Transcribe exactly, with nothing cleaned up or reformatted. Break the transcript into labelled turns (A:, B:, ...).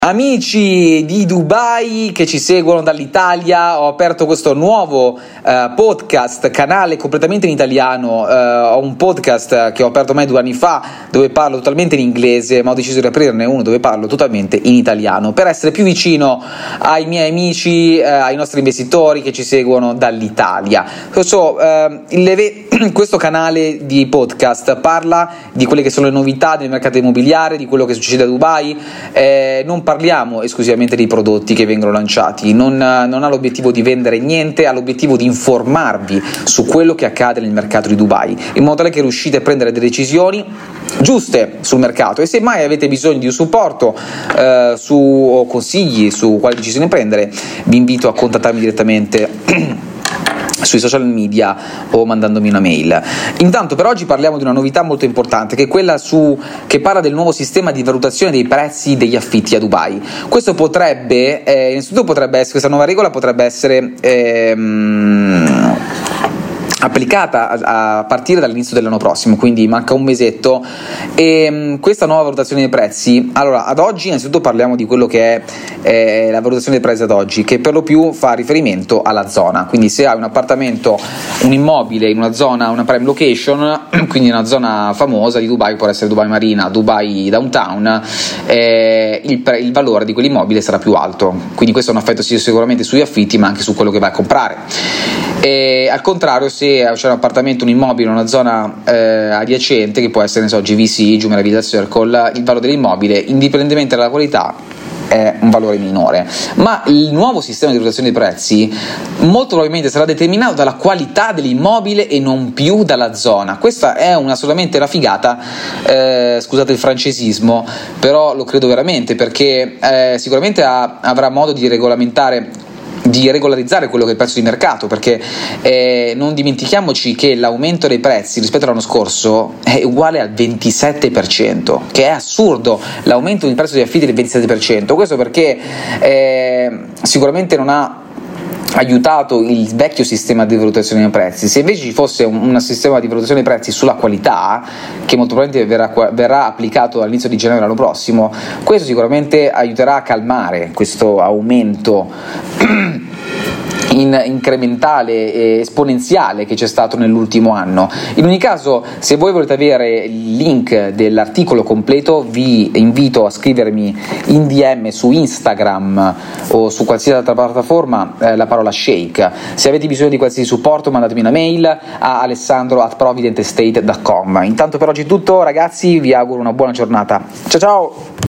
A: Amici di Dubai che ci seguono dall'Italia, ho aperto questo nuovo uh, podcast, canale completamente in italiano. Uh, ho un podcast che ho aperto ormai due anni fa dove parlo totalmente in inglese, ma ho deciso di aprirne uno dove parlo totalmente in italiano per essere più vicino ai miei amici, uh, ai nostri investitori che ci seguono dall'Italia. So, uh, il, questo canale di podcast parla di quelle che sono le novità del mercato immobiliare, di quello che succede a Dubai. Eh, non parliamo esclusivamente dei prodotti che vengono lanciati, non, non ha l'obiettivo di vendere niente, ha l'obiettivo di informarvi su quello che accade nel mercato di Dubai, in modo tale che riuscite a prendere delle decisioni giuste sul mercato. E se mai avete bisogno di un supporto eh, su, o consigli su quale decisione prendere, vi invito a contattarmi direttamente sui social media o mandandomi una mail. Intanto per oggi parliamo di una novità molto importante, che è quella su che parla del nuovo sistema di valutazione dei prezzi degli affitti a Dubai. Questo potrebbe, eh, innanzitutto potrebbe essere, questa nuova regola potrebbe essere ehm, applicata a, a partire dall'inizio dell'anno prossimo, quindi manca un mesetto. E mh, questa nuova valutazione dei prezzi, allora ad oggi innanzitutto parliamo di quello che è eh, la valutazione dei prezzi ad oggi, che per lo più fa riferimento alla zona. Quindi se hai un appartamento, un immobile in una zona, una prime location, quindi una zona famosa di Dubai, può essere Dubai Marina, Dubai Downtown, eh, il, pre- il valore di quell'immobile sarà più alto. Quindi questo è un effetto sicuramente sugli affitti, ma anche su quello che vai a comprare. E al contrario, se c'è un appartamento, un immobile in una zona eh, adiacente, che può essere, ne so, G V C, Jumeirah Villa Circle, il valore dell'immobile, indipendentemente dalla qualità, è un valore minore. Ma il nuovo sistema di valutazione dei prezzi molto probabilmente sarà determinato dalla qualità dell'immobile e non più dalla zona. Questa è una, assolutamente una figata, eh, scusate il francesismo, però lo credo veramente, perché eh, sicuramente ha, avrà modo di regolamentare, di regolarizzare quello che è il prezzo di mercato, perché eh, non dimentichiamoci che l'aumento dei prezzi rispetto all'anno scorso è uguale al ventisette per cento, che è assurdo, l'aumento del prezzo degli affitti del ventisette per cento. Questo perché eh, sicuramente non ha aiutato il vecchio sistema di valutazione dei prezzi. Se invece ci fosse un, un sistema di valutazione dei prezzi sulla qualità, che molto probabilmente verrà, verrà applicato all'inizio di gennaio dell'anno prossimo, questo sicuramente aiuterà a calmare questo aumento in incrementale e esponenziale che c'è stato nell'ultimo anno. In ogni caso, se voi volete avere il link dell'articolo completo, vi invito a scrivermi in D M su Instagram o su qualsiasi altra piattaforma eh, la parola shake. Se avete bisogno di qualsiasi supporto, mandatemi una mail a alessandro at provident estate dot com. Intanto per oggi è tutto, ragazzi, vi auguro una buona giornata. Ciao ciao!